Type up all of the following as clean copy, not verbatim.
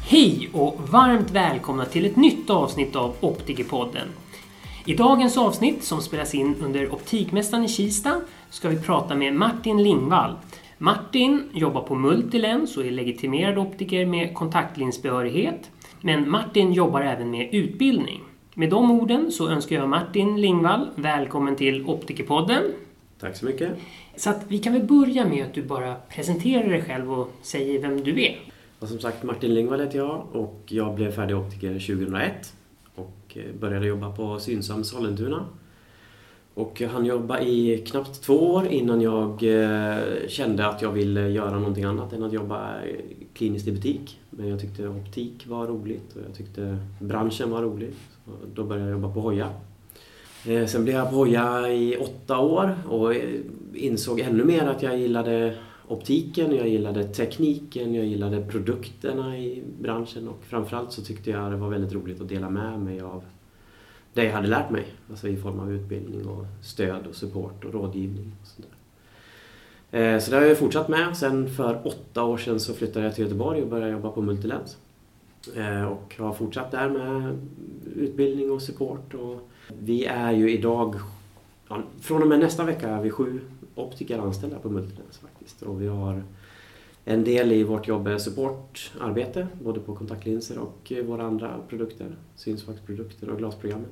Hej och varmt välkomna till ett nytt avsnitt av Optikerpodden. I dagens avsnitt, som spelas in under Optikmästaren i Kista, ska vi prata med Martin Lingvall. Martin jobbar på Multilens och är legitimerad optiker med kontaktlinsbehörighet. Men Martin jobbar även med utbildning. Med de orden så önskar jag Martin Lingvall välkommen till Optikerpodden. Tack så mycket. Så att vi kan väl börja med att du bara presenterar dig själv och säger vem du är. Och som sagt, Martin Lingvall heter jag och jag blev färdig optiker 2001 och började jobba på Synsam Sollentuna. Och jag hann jobba i knappt 2 år innan jag kände att jag ville göra någonting annat än att jobba kliniskt i butik. Men jag tyckte optik var roligt och jag tyckte branschen var rolig. Så då började jag jobba på Hoja. Sen blev jag på Hoja i 8 år och insåg ännu mer att jag gillade optiken, jag gillade tekniken, jag gillade produkterna i branschen och framförallt så tyckte jag det var väldigt roligt att dela med mig av det jag hade lärt mig. Alltså i form av utbildning och stöd och support och rådgivning och sånt där. Så det har jag fortsatt med. Sen för 8 år sedan så flyttade jag till Göteborg och började jobba på Multilens. Och har fortsatt där med utbildning och support. Och vi är ju idag, från och med nästa vecka är vi 7 optiker anställda på Multilens faktiskt. Och vi har en del i vårt jobb supportarbete, både på kontaktlinser och våra andra produkter, synsvaktsprodukter och glasprogrammet.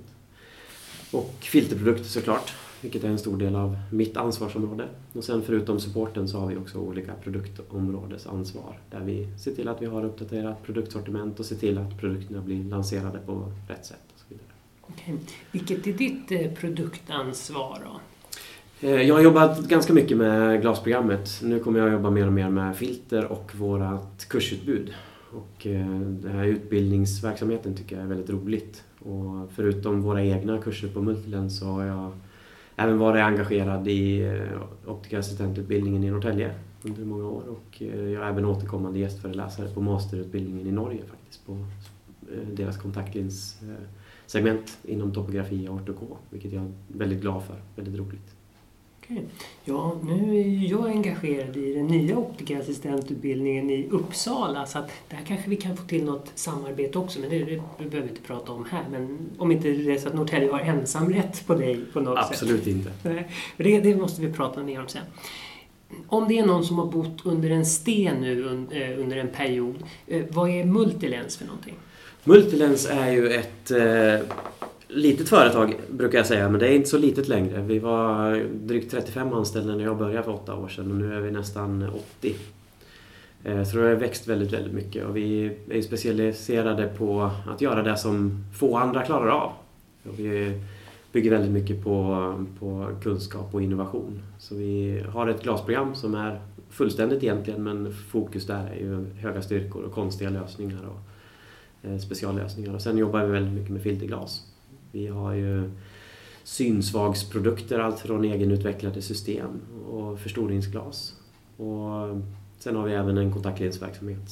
Och filterprodukter såklart, vilket är en stor del av mitt ansvarsområde. Och sen förutom supporten så har vi också olika produktområdesansvar där vi ser till att vi har uppdaterat produktsortiment och ser till att produkterna blir lanserade på rätt sätt och så vidare. Okej. Vilket är ditt produktansvar då? Jag har jobbat ganska mycket med glasprogrammet. Nu kommer jag jobba mer och mer med filter och vårat kursutbud. Och den här utbildningsverksamheten tycker jag är väldigt roligt. Och förutom våra egna kurser på Multilens så har jag även varit engagerad i optikerassistentutbildningen i Norrtälje under många år. Och jag är även återkommande gästföreläsare på masterutbildningen i Norge faktiskt. På deras kontaktlinssegment inom topografi och ortoko. Vilket jag är väldigt glad för. Väldigt roligt. Okej. Ja, nu är jag engagerad i den nya optikerassistentutbildningen i Uppsala så att där kanske vi kan få till något samarbete också, men det behöver vi inte prata om här. Men om inte det är så att Norrtälje har ensamrätt på dig på något sätt. Absolut inte. Det måste vi prata mer om sen. Om det är någon som har bott under en sten nu under en period, vad är Multilens för någonting? Multilens är ju ett litet företag brukar jag säga, men det är inte så litet längre. Vi var drygt 35 anställda när jag började för 8 år sedan och nu är vi nästan 80. Så det har växt väldigt, väldigt mycket och vi är specialiserade på att göra det som få andra klarar av. Och vi bygger väldigt mycket på kunskap och innovation. Så vi har ett glasprogram som är fullständigt egentligen, men fokus där är ju höga styrkor och konstiga lösningar och speciallösningar. Och sen jobbar vi väldigt mycket med filterglas. Vi har ju synsvagsprodukter, allt från egenutvecklade system och förstoringsglas. Och sen har vi även en kontaktlinsverksamhet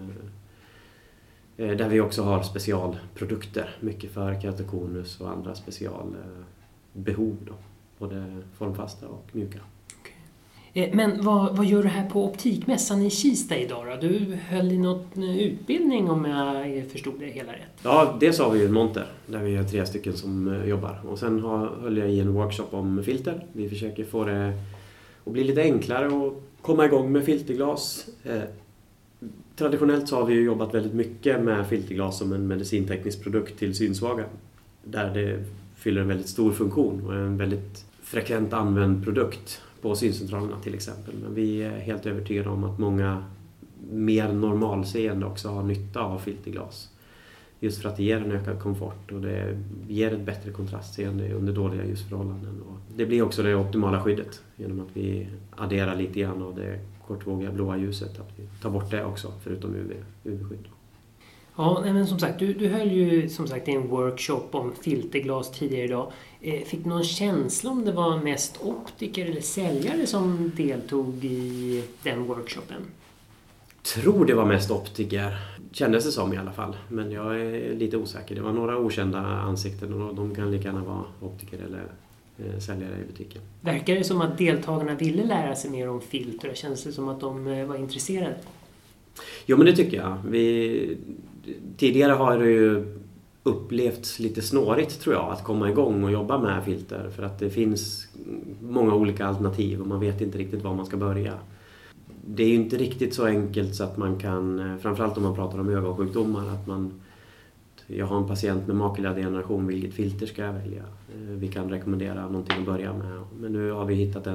där vi också har specialprodukter. Mycket för keratokonus och andra specialbehov då. Både formfasta och mjuka. Men vad gör du här på Optikmästaren i Kista idag då? Du höll i någon utbildning om jag förstod det hela rätt. Ja, dels har vi ju en monter där vi är 3 stycken som jobbar. Och sen höll jag i en workshop om filter. Vi försöker få det att bli lite enklare och komma igång med filterglas. Traditionellt så har vi ju jobbat väldigt mycket med filterglas som en medicinteknisk produkt till synsvaga. Där det fyller en väldigt stor funktion och en väldigt frekvent använd produkt på syncentralerna till exempel. Men vi är helt övertygade om att många mer normalseende också har nytta av filterglas. Just för att det ger en ökad komfort och det ger ett bättre kontrastseende under dåliga ljusförhållanden. Och det blir också det optimala skyddet genom att vi adderar lite grann av det kortvågiga blåa ljuset. Att vi tar bort det också förutom UV-skydd. Ja, men som sagt, du höll ju som sagt en workshop om filterglas tidigare idag. Fick du någon känsla om det var mest optiker eller säljare som deltog i den workshopen? Tror det var mest optiker, kändes det som i alla fall. Men jag är lite osäker. Det var några okända ansikten och de kan lika gärna vara optiker eller säljare i butiken. Verkar det som att deltagarna ville lära sig mer om filter? Känns det som att de var intresserade? Jo, men det tycker jag. tidigare har det ju upplevts lite snårigt tror jag att komma igång och jobba med filter. För att det finns många olika alternativ och man vet inte riktigt var man ska börja. Det är ju inte riktigt så enkelt så att man kan, framförallt om man pratar om ögonsjukdomar, att jag har en patient med makulärdegeneration, vilket filter ska jag välja? Vi kan rekommendera någonting att börja med. Men nu har vi hittat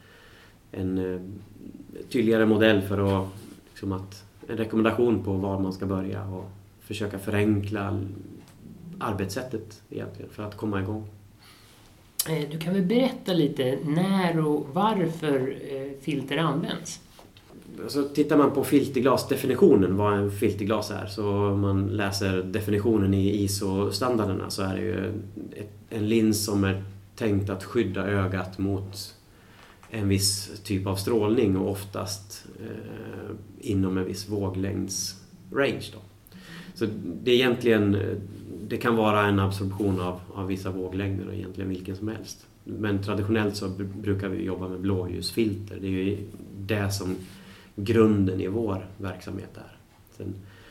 en tydligare modell för att, liksom en rekommendation på var man ska börja och försöka förenkla arbetssättet egentligen för att komma igång. Du kan väl berätta lite när och varför filter används? Så tittar man på filterglasdefinitionen, vad en filterglas är, så om man läser definitionen i ISO-standarderna så är det ju en lins som är tänkt att skydda ögat mot en viss typ av strålning och oftast inom en viss våglängds range då. Så det är egentligen, det kan vara en absorption av vissa våglängder och egentligen vilken som helst. Men traditionellt så brukar vi jobba med blåljusfilter. Det är ju det som grunden i vår verksamhet är. Sen,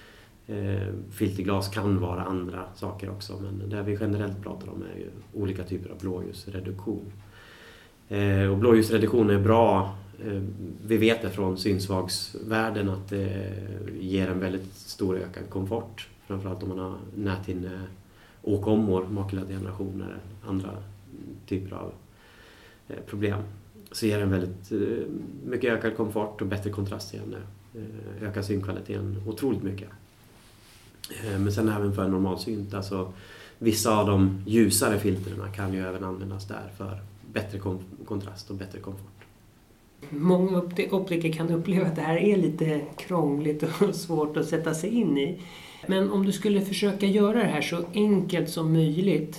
filterglas kan vara andra saker också, men det vi generellt pratar om är ju olika typer av blåljusreduktion. Och blåljusreduktion är bra. Vi vet det från synsvagsvärlden att det ger en väldigt stor ökad komfort. Framförallt om man har näthinneåkommor, makulärdegeneration eller andra typer av problem. Så ger den väldigt mycket ökad komfort och bättre kontrastseende. Ökar synkvaliteten otroligt mycket. Men sen även för normalsynt, alltså vissa av de ljusare filterna kan ju även användas där för bättre kontrast och bättre komfort. Många optiker kan uppleva att det här är lite krångligt och svårt att sätta sig in i. Men om du skulle försöka göra det här så enkelt som möjligt,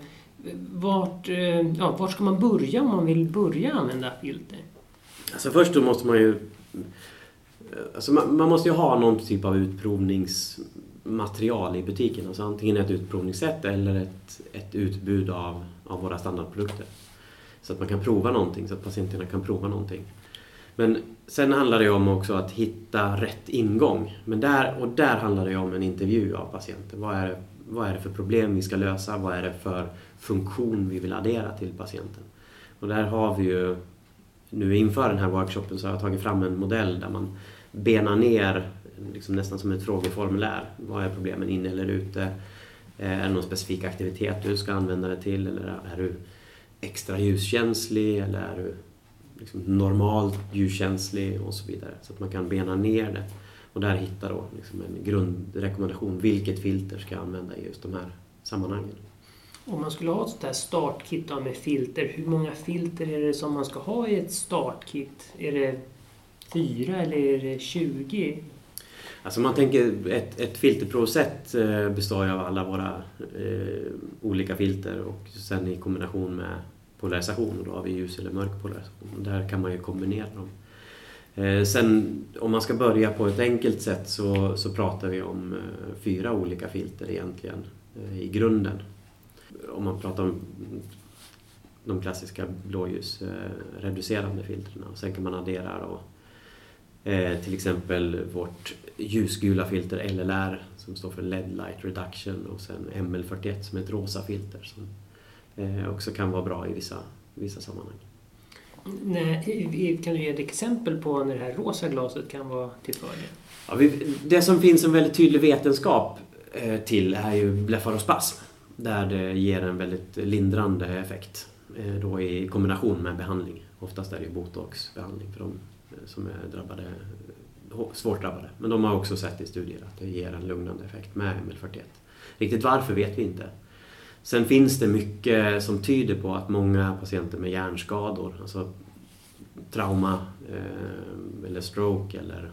vart ska man börja om man vill börja använda filter? Alltså först då måste man ju, alltså man måste ju ha någon typ av utprovningsmaterial i butiken. Alltså antingen ett utprovningssätt eller ett utbud av våra standardprodukter. Så att man kan prova någonting, så att patienterna kan prova någonting. Men sen handlar det om också att hitta rätt ingång. Men där handlar det om en intervju av patienten. Vad är det för problem vi ska lösa? Vad är det för funktion vi vill addera till patienten? Och där har vi ju, nu inför den här workshopen så har jag tagit fram en modell där man benar ner liksom nästan som ett frågeformulär. Vad är problemen inne eller ute? Är det någon specifik aktivitet du ska använda det till? Eller är du extra ljuskänslig? Eller är du liksom normalt ljuskänslig? Och så vidare. Så att man kan bena ner det. Och där hittar då liksom en grundrekommendation. Vilket filter ska jag använda i just de här sammanhangen? Om man skulle ha ett sånt här startkit med filter, hur många filter är det som man ska ha i ett startkit? Är det 4 eller är det 20? Alltså man tänker ett filterprovsätt består av alla våra olika filter och sen i kombination med polarisation. Och då har vi ljus eller mörk polarisation. Och där kan man ju kombinera dem. Sen om man ska börja på ett enkelt sätt så pratar vi om 4 olika filter egentligen i grunden. Om man pratar om de klassiska blåljusreducerande filtrerna. Sen kan man addera då, till exempel vårt ljusgula filter LLR som står för LED Light Reduction och sen ML41 som är ett rosa filter som också kan vara bra i vissa sammanhang. Kan du ge ett exempel på när det här rosa glaset kan vara till fördel? Ja, det som finns en väldigt tydlig vetenskap till är ju blefarospasm. Där det ger en väldigt lindrande effekt då i kombination med behandling. Oftast är det botoxbehandling för de som är svårt drabbade. Men de har också sett i studier att det ger en lugnande effekt med ML41. Riktigt varför vet vi inte. Sen finns det mycket som tyder på att många patienter med hjärnskador, alltså trauma eller stroke eller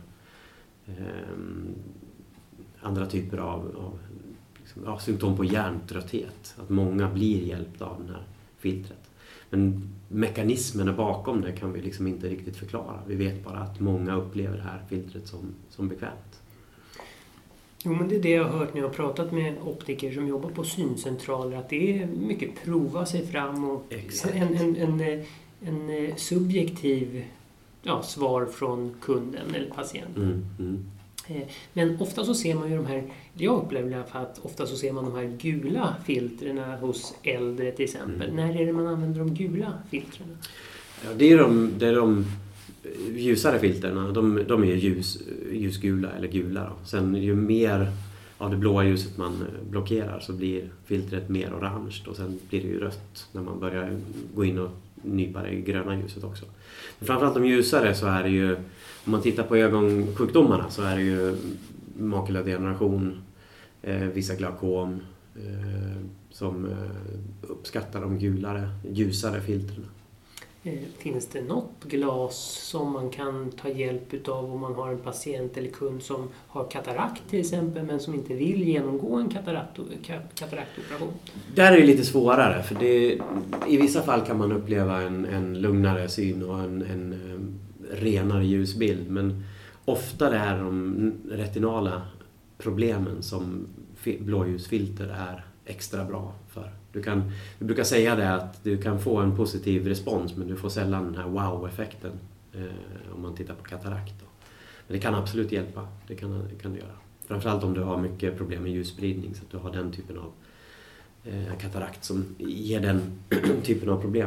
andra typer av symptom på hjärntrötthet, att många blir hjälpta av den här filtret. Men mekanismerna bakom det kan vi liksom inte riktigt förklara. Vi vet bara att många upplever det här filtret som bekvämt. Jo, men det är det jag har hört när jag har pratat med optiker som jobbar på syncentraler, att det är mycket prova sig fram och en subjektiv svar från kunden eller patienten. Men ofta så ser man ju de här, jag upplever i alla fall att ofta så ser man de här gula filtrerna hos äldre till exempel. När är det man använder de gula filtrerna? Ja, det är de ljusare filterna. De är ljusgula eller gula. Då. Sen ju mer av det blåa ljuset man blockerar så blir filtret mer orange och sen blir det ju rött när man börjar gå in och nypa det gröna ljuset också. Men framförallt de ljusare så är det ju, om man tittar på ögonsjukdomarna så är det ju makulodegeneration, vissa glaukom som uppskattar de ljusare filtrerna. Finns det något glas som man kan ta hjälp utav om man har en patient eller kund som har katarakt till exempel men som inte vill genomgå en kataraktoperation? Där är det lite svårare för i vissa fall kan man uppleva en lugnare syn och en renare ljusbild, men ofta det är de retinala problemen som blåljusfilter är extra bra för. Vi brukar säga det att du kan få en positiv respons men du får sällan den här wow-effekten om man tittar på katarakt. Då. Men det kan absolut hjälpa, det kan det göra. Framförallt om du har mycket problem med ljusspridning så att du har den typen av katarakt som ger den typen av problem.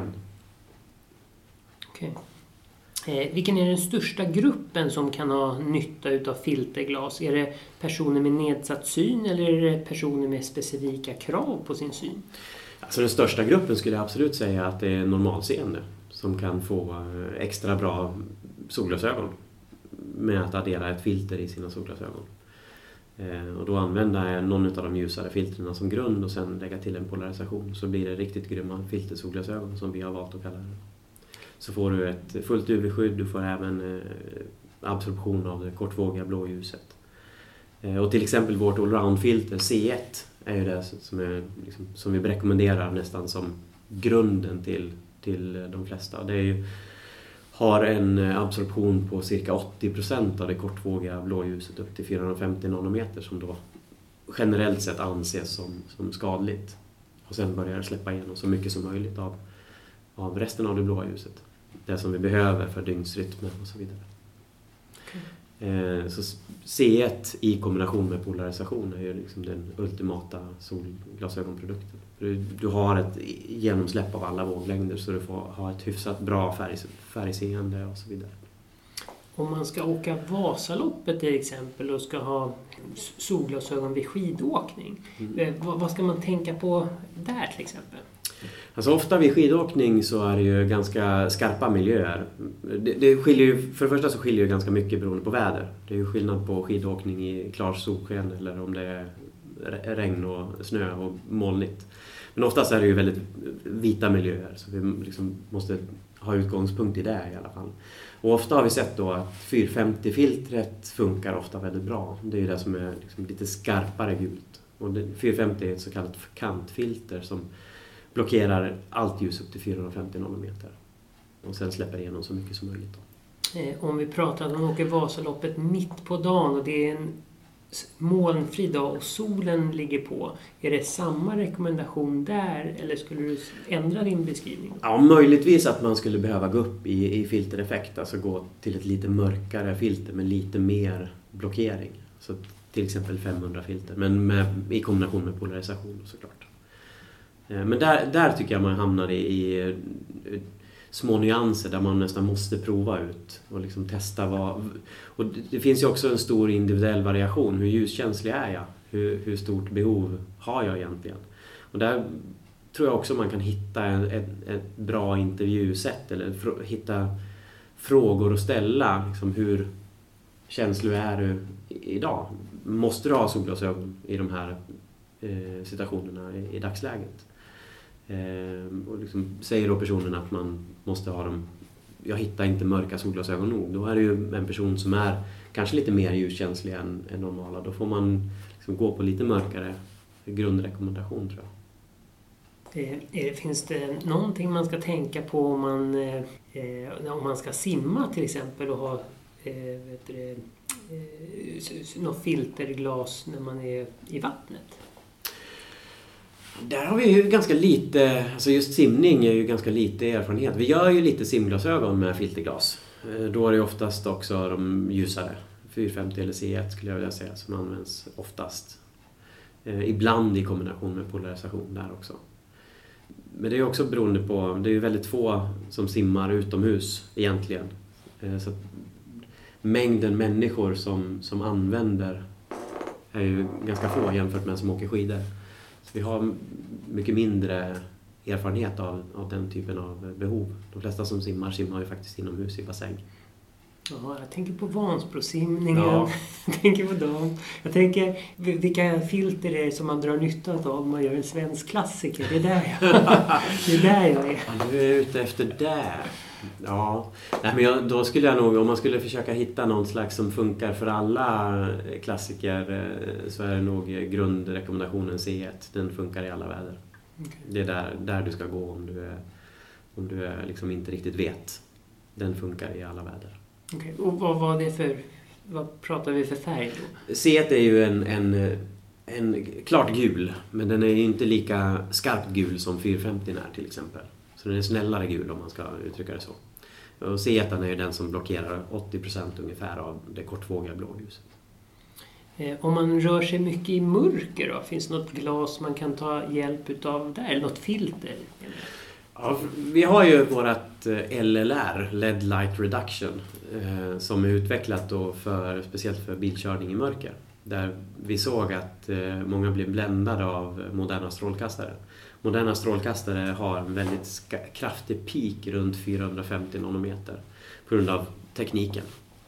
Okej. Vilken är den största gruppen som kan ha nytta utav filterglas? Är det personer med nedsatt syn eller är det personer med specifika krav på sin syn? Alltså den största gruppen skulle jag absolut säga att det är normalseende som kan få extra bra solglasögon med att addera ett filter i sina solglasögon. Och då använda någon av de ljusare filtrerna som grund och sen lägga till en polarisation så blir det riktigt grymma filtersolglasögon som vi har valt att kalla det. Så får du ett fullt UV-skydd, du får även absorption av det kortvågiga blåljuset. Och till exempel vårt allround-filter C1 är ju det som vi rekommenderar nästan som grunden till de flesta. Det har en absorption på cirka 80% av det kortvågiga blåljuset upp till 450 nanometer som då generellt sett anses som skadligt. Och sen börjar det släppa igenom så mycket som möjligt av resten av det blåa ljuset. Det som vi behöver för dygnsrytmen och så vidare. Okay. Så C1 i kombination med polarisation är ju liksom den ultimata solglasögonprodukten. Du har ett genomsläpp av alla våglängder så du får ha ett hyfsat bra färgseende och så vidare. Om man ska åka Vasaloppet till exempel och ska ha solglasögon vid skidåkning, vad ska man tänka på där till exempel? Alltså ofta vid skidåkning så är det ju ganska skarpa miljöer. Det skiljer ju, för det första så skiljer det ganska mycket beroende på väder. Det är ju skillnad på skidåkning i klar solsken eller om det är regn och snö och molnigt. Men oftast är det ju väldigt vita miljöer så vi liksom måste ha utgångspunkt i det i alla fall. Och ofta har vi sett då att 450-filtret funkar ofta väldigt bra. Det är ju det som är liksom lite skarpare gult. Och 450 är ett så kallat kantfilter som blockerar allt ljus upp till 450 nanometer. Och sen släpper igenom så mycket som möjligt. Då. Om vi pratar att man åker Vasaloppet mitt på dagen och det är en molnfri dag och solen ligger på. Är det samma rekommendation där eller skulle du ändra din beskrivning? Ja, möjligtvis att man skulle behöva gå upp i filtereffekt. Alltså gå till ett lite mörkare filter med lite mer blockering. Så till exempel 500 filter. Men i kombination med polarisation såklart. Men där tycker jag man hamnar i små nyanser där man nästan måste prova ut och liksom testa och det finns ju också en stor individuell variation. Hur ljuskänslig är jag? Hur stort behov har jag egentligen? Och där tror jag också man kan hitta ett bra intervjusätt eller hitta frågor att ställa. Liksom hur känslig är du idag? Måste du ha solglasögon i de här situationerna i dagsläget? Och liksom säger då personen att man måste ha dem, jag hittar inte mörka solglasögon nog, då är det ju en person som är kanske lite mer ljuskänslig än normala. Då får man liksom gå på lite mörkare grundrekommendation tror jag. Finns det någonting man ska tänka på om man ska simma till exempel och ha något filterglas när man är i vattnet? Där har vi ju ganska lite, alltså just simning är ju ganska lite erfarenhet. Vi gör ju lite simglasögon med filterglas. Då är det oftast också de ljusare 450 eller C1 skulle jag vilja säga, som används oftast. Ibland i kombination med polarisation där också. Men det är också beroende på, det är ju väldigt få som simmar utomhus egentligen. Så att mängden människor som använder är ju ganska få jämfört med som åker skidor. Så vi har mycket mindre erfarenhet av den typen av behov. De flesta som simmar ju faktiskt inomhus i bassäng. Ja, jag tänker på Vansbrosimningen, Ja. jag tänker på dem. Jag tänker vilka filter det är som man drar nytta av om man gör en svensk klassiker. Det är där jag är. Ja, du är ute efter det. Ja, nej, men då skulle jag nog, om man skulle försöka hitta någon slags som funkar för alla klassiker, så är det nog grundrekommendationen C1. Den funkar i alla väder. Okay. Det är där du ska gå om du liksom inte riktigt vet. Den funkar i alla väder. Okay. Och vad pratar vi för färg då? C1 är ju en klart gul, men den är ju inte lika skarpt gul som 450 är till exempel. Så den är snällare gul om man ska uttrycka det så. Och C1 är ju den som blockerar 80% ungefär av det kortvågiga blåljuset. Om man rör sig mycket i mörker då, finns det något glas man kan ta hjälp utav där? Eller något filter? Ja, vi har ju vårt LLR, LED Light Reduction, som är utvecklat då speciellt för bilkörning i mörker. Där vi såg att många blev bländade av moderna strålkastare. Moderna strålkastare har en väldigt kraftig peak runt 450 nanometer på grund av tekniken.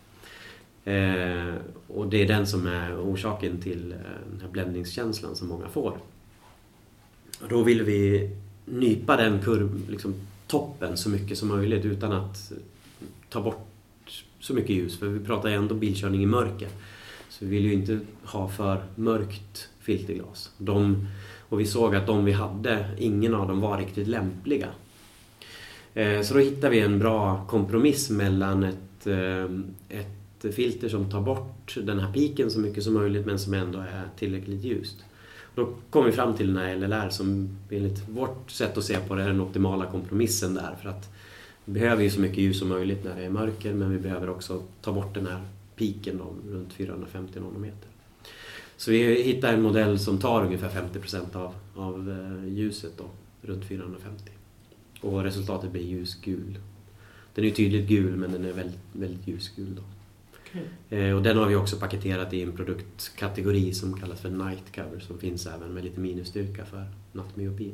Och det är den som är orsaken till den här bländningskänslan som många får. Och då vill vi nypa den toppen så mycket som möjligt utan att ta bort så mycket ljus. För vi pratar ju ändå bilkörning i mörker. Så vi vill ju inte ha för mörkt filterglas. Och vi såg att de vi hade, ingen av dem var riktigt lämpliga. Så då hittade vi en bra kompromiss mellan ett filter som tar bort den här piken så mycket som möjligt men som ändå är tillräckligt ljust. Då kom vi fram till den här LLR som enligt vårt sätt att se på det är den optimala kompromissen där. För att vi behöver ju så mycket ljus som möjligt när det är mörker, men vi behöver också ta bort den här piken runt 450 nanometer. Så vi hittar en modell som tar ungefär 50% av ljuset då, runt 450. Och resultatet blir ljusgul. Den är tydligt gul, men den är väldigt, väldigt ljusgul då. Okay. Och den har vi också paketerat i en produktkategori som kallas för Night Cover, som finns även med lite minusstyrka för nattmyopin.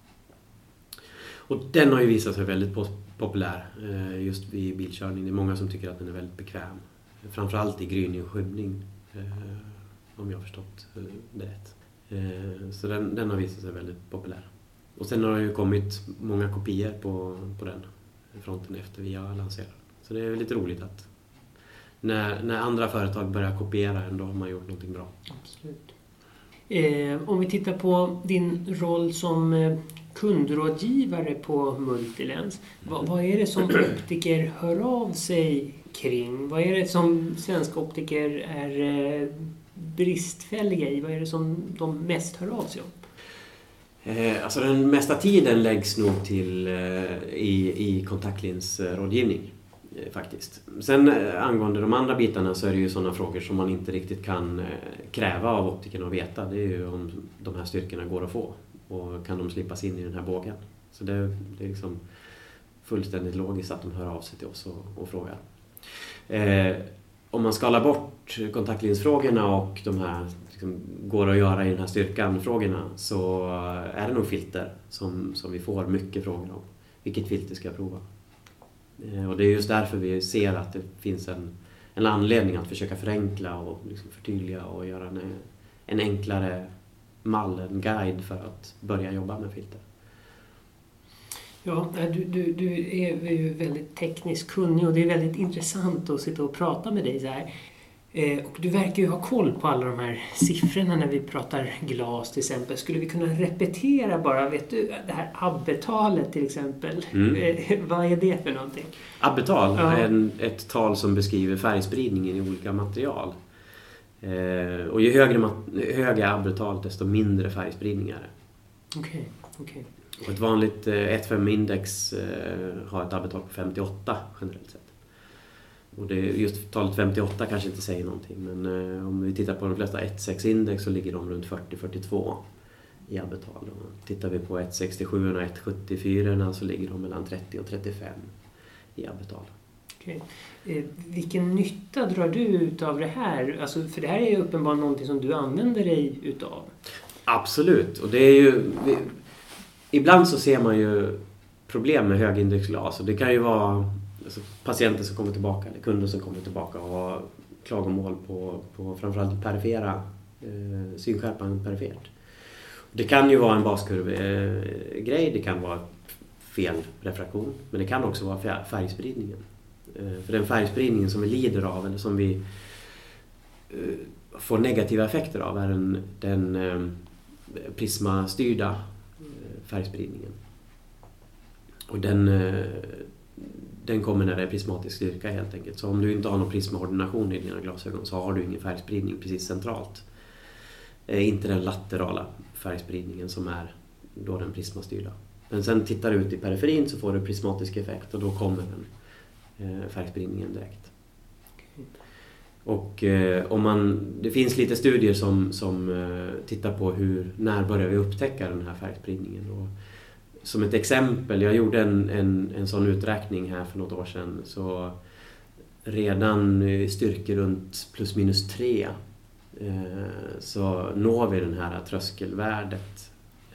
Och den har ju visat sig väldigt populär just vid bilkörning. Det är många som tycker att den är väldigt bekväm. Framförallt i gryning och skymning, om jag har förstått det rätt. Så den har visat sig väldigt populär. Och sen har det ju kommit många kopior på den fronten efter vi har lanserat. Så det är lite roligt att när andra företag börjar kopiera den, då har man gjort någonting bra. Absolut. Om vi tittar på din roll som kundrådgivare på Multilens. Vad är det som optiker hör av sig kring? Vad är det som svenska optiker är bristfälliga i? Vad är det som de mest hör av sig om? Alltså den mesta tiden läggs nog till i kontaktlinsrådgivning faktiskt. Sen angående de andra bitarna så är det ju sådana frågor som man inte riktigt kan kräva av optikerna att veta. Det är ju om de här styrkorna går att få och kan de slippas in i den här bågen. Så det är liksom fullständigt logiskt att de hör av sig till oss och frågar. Om man skalar bort kontaktlinsfrågorna och de här liksom, går att göra i den här styrkan-frågorna, så är det nog filter som vi får mycket frågor om. Vilket filter ska jag prova? Och det är just därför vi ser att det finns en anledning att försöka förenkla och liksom förtydliga och göra en enklare mall, en guide för att börja jobba med filter. Ja, du är ju väldigt tekniskt kunnig och det är väldigt intressant att sitta och prata med dig så här. Och du verkar ju ha koll på alla de här siffrorna när vi pratar glas till exempel. Skulle vi kunna repetera bara, vet du, det här Abbe-talet till exempel. Vad är det för någonting? Abbe-tal är ett tal som beskriver färgspridningen i olika material. Och ju högre Abbe-tal desto mindre färgspridningar. Okej. Och ett vanligt 1,5-index har ett Abbe-tal på 58 generellt sett. Och det, just talet 58 kanske inte säger någonting, men om vi tittar på de flesta 1,6-index så ligger de runt 40-42 i abetal. Och tittar vi på 1,67 och 1,74 så ligger de mellan 30 och 35 i abetal. Okej. Vilken nytta drar du utav det här? Alltså, för det här är ju uppenbarligen någonting som du använder dig utav. Absolut, och det är ju... Ibland så ser man ju problem med högindexglas, och det kan ju vara alltså, patienter som kommer tillbaka eller kunder som kommer tillbaka och har klagomål på framförallt perifera synskärpan perifert. Det kan ju vara en baskurvgrej, det kan vara fel refraktion, men det kan också vara färgspridningen. För den färgspridningen som vi lider av eller som vi får negativa effekter av är den prismastyrda färgspridningen. Och den kommer när det är prismatisk styrka helt enkelt. Så om du inte har någon prismaordination i dina glasögon så har du ingen färgspridning precis centralt. Inte den laterala färgspridningen som är då den prismastyrda. Men sen tittar du ut i periferin så får du prismatisk effekt och då kommer den färgspridningen direkt. Och det finns lite studier som tittar på när börjar vi upptäcka den här färgspridningen. Och som ett exempel, jag gjorde en sån uträkning här för något år sedan, så redan i styrkor runt plus minus 3 så når vi den här tröskelvärdet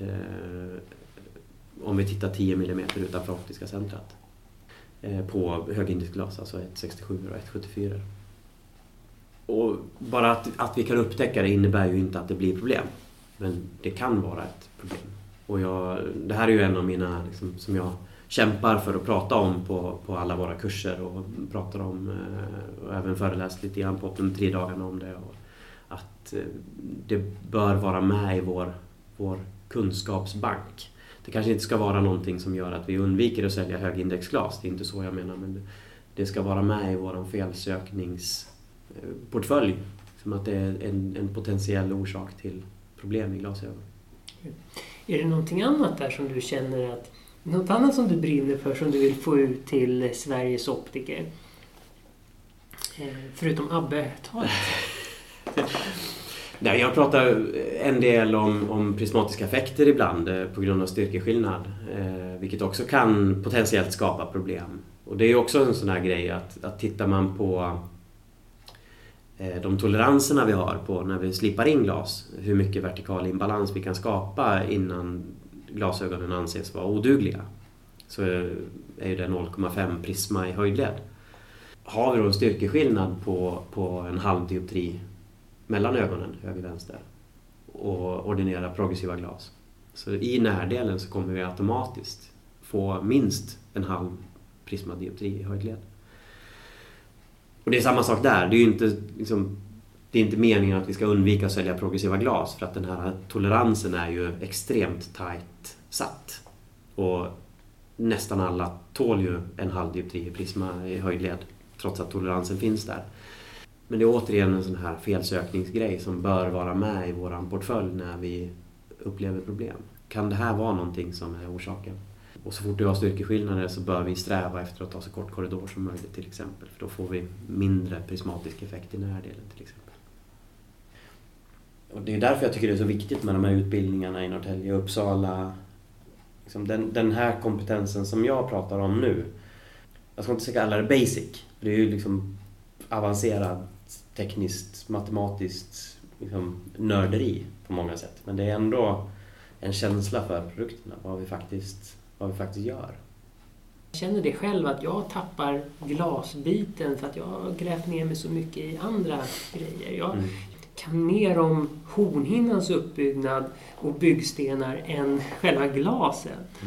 om vi tittar 10 mm utanför optiska centrat på högindexglas, alltså 1,67 och 1,74. Och bara att vi kan upptäcka det innebär ju inte att det blir problem, men det kan vara ett problem. Och det här är ju en av mina liksom, som jag kämpar för att prata om på alla våra kurser och pratar om och även föreläst lite grann på de 3 dagarna om det, och att det bör vara med i vår kunskapsbank. Det kanske inte ska vara någonting som gör att vi undviker att sälja högindexglas, det är inte så jag menar, men det ska vara med i vår felsökningsportfölj, som att det är en potentiell orsak till problem i glasögon. Är det någonting annat där som du känner att något annat som du brinner för, som du vill få ut till Sveriges optiker? Förutom Abbe-talet. Nej, jag pratar en del om prismatiska effekter ibland på grund av styrkeskillnad, vilket också kan potentiellt skapa problem. Och det är också en sån här grej att tittar man på de toleranserna vi har på när vi slipar in glas, hur mycket vertikal imbalans vi kan skapa innan glasögonen anses vara odugliga, så är det 0,5 prisma i höjdled. Har vi då en styrkeskillnad på en halv dioptri mellan ögonen, höger och vänster, och ordinera progressiva glas, så i närdelen så kommer vi automatiskt få minst en halv prismadioptri i höjdled. Och det är samma sak där. Det är ju inte, det är inte meningen att vi ska undvika att sälja progressiva glas, för att den här toleransen är ju extremt tajt satt. Och nästan alla tål ju en halv dioptri i prisma i höjdled, trots att toleransen finns där. Men det är återigen en sån här felsökningsgrej som bör vara med i våran portfölj när vi upplever problem. Kan det här vara någonting som är orsaken? Och så fort det har styrkeskillnader så bör vi sträva efter att ta så kort korridor som möjligt till exempel. För då får vi mindre prismatisk effekt i närdelen till exempel. Och det är därför jag tycker det är så viktigt med de här utbildningarna i Norrtälje och Uppsala. Den här kompetensen som jag pratar om nu. Jag ska inte säga alla det basic. Det är ju liksom avancerat, tekniskt, matematiskt nörderi på många sätt. Men det är ändå en känsla för produkterna, vad vi faktiskt gör. Jag känner det själv att jag tappar glasbiten för att jag har grävt ner mig så mycket i andra grejer. Jag kan mer om hornhinnans uppbyggnad och byggstenar än själva glaset.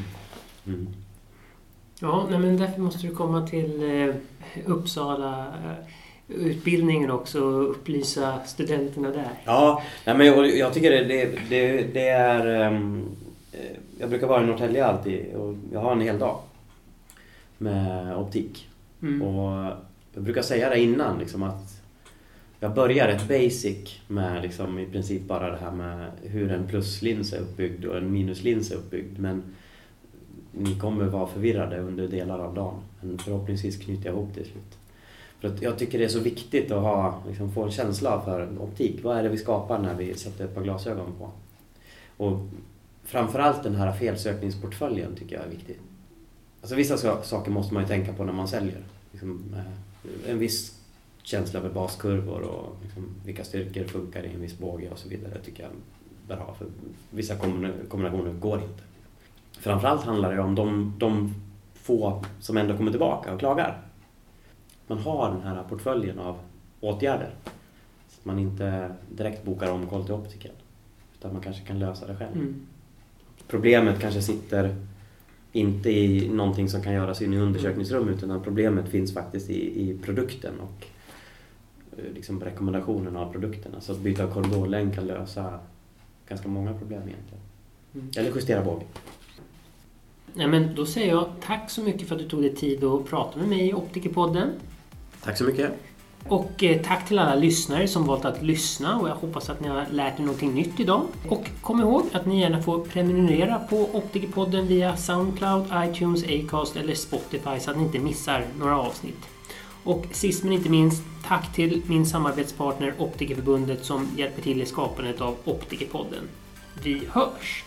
Ja, men därför måste du komma till Uppsala utbildningen också och upplysa studenterna där. Ja, men jag tycker det är... Jag brukar vara i Norrtälje alltid och jag har en hel dag med optik. Och jag brukar säga det innan att jag börjar ett basic med i princip bara det här med hur en pluslins är uppbyggd och en minuslins är uppbyggd. Men ni kommer vara förvirrade under delar av dagen. Men förhoppningsvis knyter jag ihop det i slut. För att jag tycker det är så viktigt att ha, liksom, få en känsla för optik. Vad är det vi skapar när vi sätter ett par glasögon på? Och framförallt den här felsökningsportföljen tycker jag är viktig. Alltså vissa saker måste man ju tänka på när man säljer. Liksom, en viss känsla över baskurvor och liksom, vilka styrkor funkar i en viss båge och så vidare tycker jag bör ha. För vissa kombinationer går inte. Framförallt handlar det om de få som ändå kommer tillbaka och klagar. Man har den här portföljen av åtgärder. Så att man inte direkt bokar om koll till optiken. Utan man kanske kan lösa det själv. Mm. Problemet kanske sitter inte i någonting som kan göras in i undersökningsrummet, utan problemet finns faktiskt i produkten och liksom rekommendationen av produkterna. Så att byta korridorlänk kan lösa ganska många problem egentligen. Eller justera bågen. Nej, men då säger jag tack så mycket för att du tog dig tid att prata med mig i Optikerpodden. Tack så mycket. Och tack till alla lyssnare som valt att lyssna, och jag hoppas att ni har lärt er någonting nytt idag. Och kom ihåg att ni gärna får prenumerera på Optikerpodden via Soundcloud, iTunes, Acast eller Spotify så att ni inte missar några avsnitt. Och sist men inte minst, tack till min samarbetspartner Optikerförbundet som hjälper till i skapandet av Optikerpodden. Vi hörs!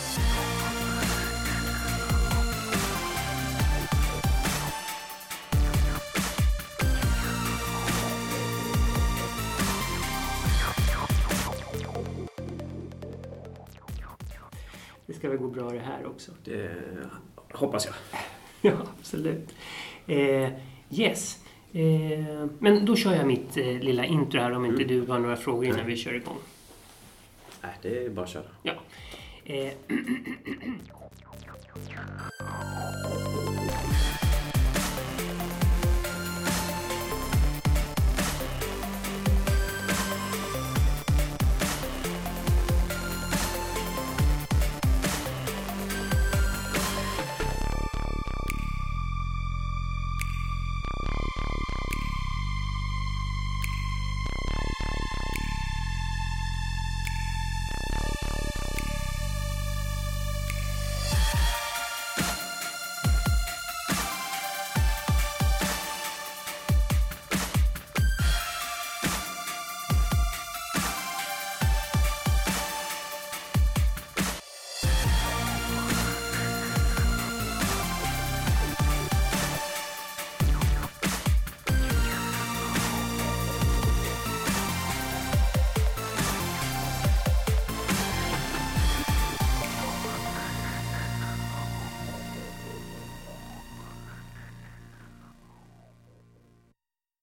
Det ska väl gå bra det här också. Det hoppas jag. Ja, absolut. Yes. Men då kör jag mitt lilla intro här om inte du har några frågor innan vi kör igång. Nej, det är bara att köra. Ja.